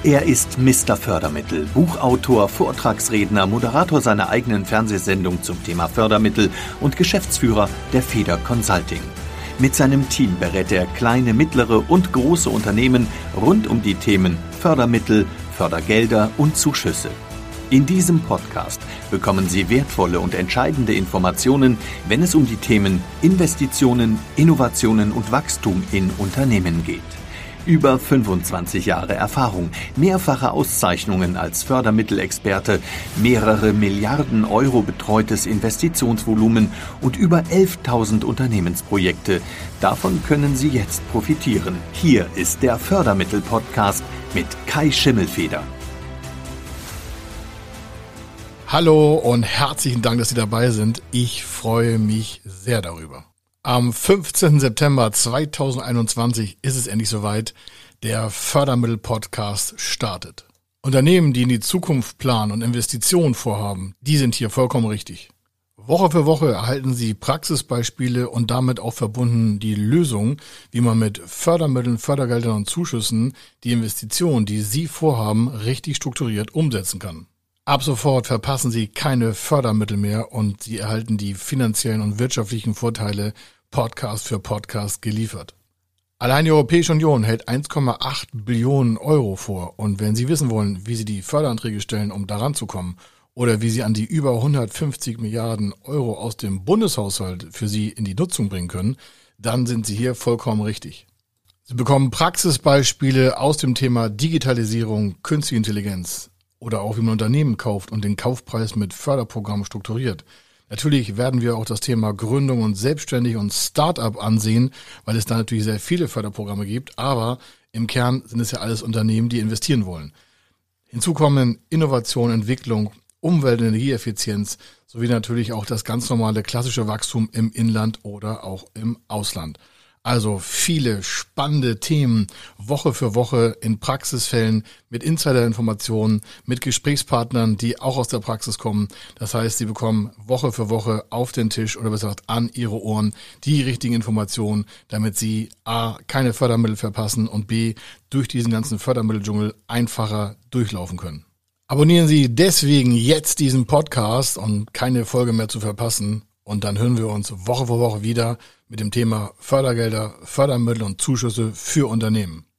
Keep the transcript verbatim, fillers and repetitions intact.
Er ist Mister Fördermittel, Buchautor, Vortragsredner, Moderator seiner eigenen Fernsehsendung zum Thema Fördermittel und Geschäftsführer der Feder Consulting. Mit seinem Team berät er kleine, mittlere und große Unternehmen rund um die Themen Fördermittel, Fördergelder und Zuschüsse. In diesem Podcast bekommen Sie wertvolle und entscheidende Informationen, wenn es um die Themen Investitionen, Innovationen und Wachstum in Unternehmen geht. Über fünfundzwanzig Jahre Erfahrung, mehrfache Auszeichnungen als Fördermittelexperte, mehrere Milliarden Euro betreutes Investitionsvolumen und über elftausend Unternehmensprojekte. Davon können Sie jetzt profitieren. Hier ist der Fördermittel-Podcast mit Kai Schimmelfeder. Hallo und herzlichen Dank, dass Sie dabei sind. Ich freue mich sehr darüber. Am fünfzehnten September zweitausendeinundzwanzig ist es endlich soweit. Der Fördermittel-Podcast startet. Unternehmen, die in die Zukunft planen und Investitionen vorhaben, die sind hier vollkommen richtig. Woche für Woche erhalten Sie Praxisbeispiele und damit auch verbunden die Lösung, wie man mit Fördermitteln, Fördergeldern und Zuschüssen die Investitionen, die Sie vorhaben, richtig strukturiert umsetzen kann. Ab sofort verpassen Sie keine Fördermittel mehr und Sie erhalten die finanziellen und wirtschaftlichen Vorteile Podcast für Podcast geliefert. Allein die Europäische Union hält eins Komma acht Billionen Euro vor und wenn Sie wissen wollen, wie Sie die Förderanträge stellen, um daran zu kommen oder wie Sie an die über hundertfünfzig Milliarden Euro aus dem Bundeshaushalt für Sie in die Nutzung bringen können, dann sind Sie hier vollkommen richtig. Sie bekommen Praxisbeispiele aus dem Thema Digitalisierung, Künstliche Intelligenz oder auch wie man Unternehmen kauft und den Kaufpreis mit Förderprogrammen strukturiert. Natürlich werden wir auch das Thema Gründung und Selbstständig und Start-up ansehen, weil es da natürlich sehr viele Förderprogramme gibt, aber im Kern sind es ja alles Unternehmen, die investieren wollen. Hinzu kommen Innovation, Entwicklung, Umwelt- und Energieeffizienz sowie natürlich auch das ganz normale klassische Wachstum im Inland oder auch im Ausland. Also viele spannende Themen, Woche für Woche in Praxisfällen, mit Insider-Informationen, mit Gesprächspartnern, die auch aus der Praxis kommen. Das heißt, Sie bekommen Woche für Woche auf den Tisch oder besser gesagt an Ihre Ohren die richtigen Informationen, damit Sie A, keine Fördermittel verpassen und B, durch diesen ganzen Fördermitteldschungel einfacher durchlaufen können. Abonnieren Sie deswegen jetzt diesen Podcast, um keine Folge mehr zu verpassen. Und dann hören wir uns Woche für Woche wieder mit dem Thema Fördergelder, Fördermittel und Zuschüsse für Unternehmen.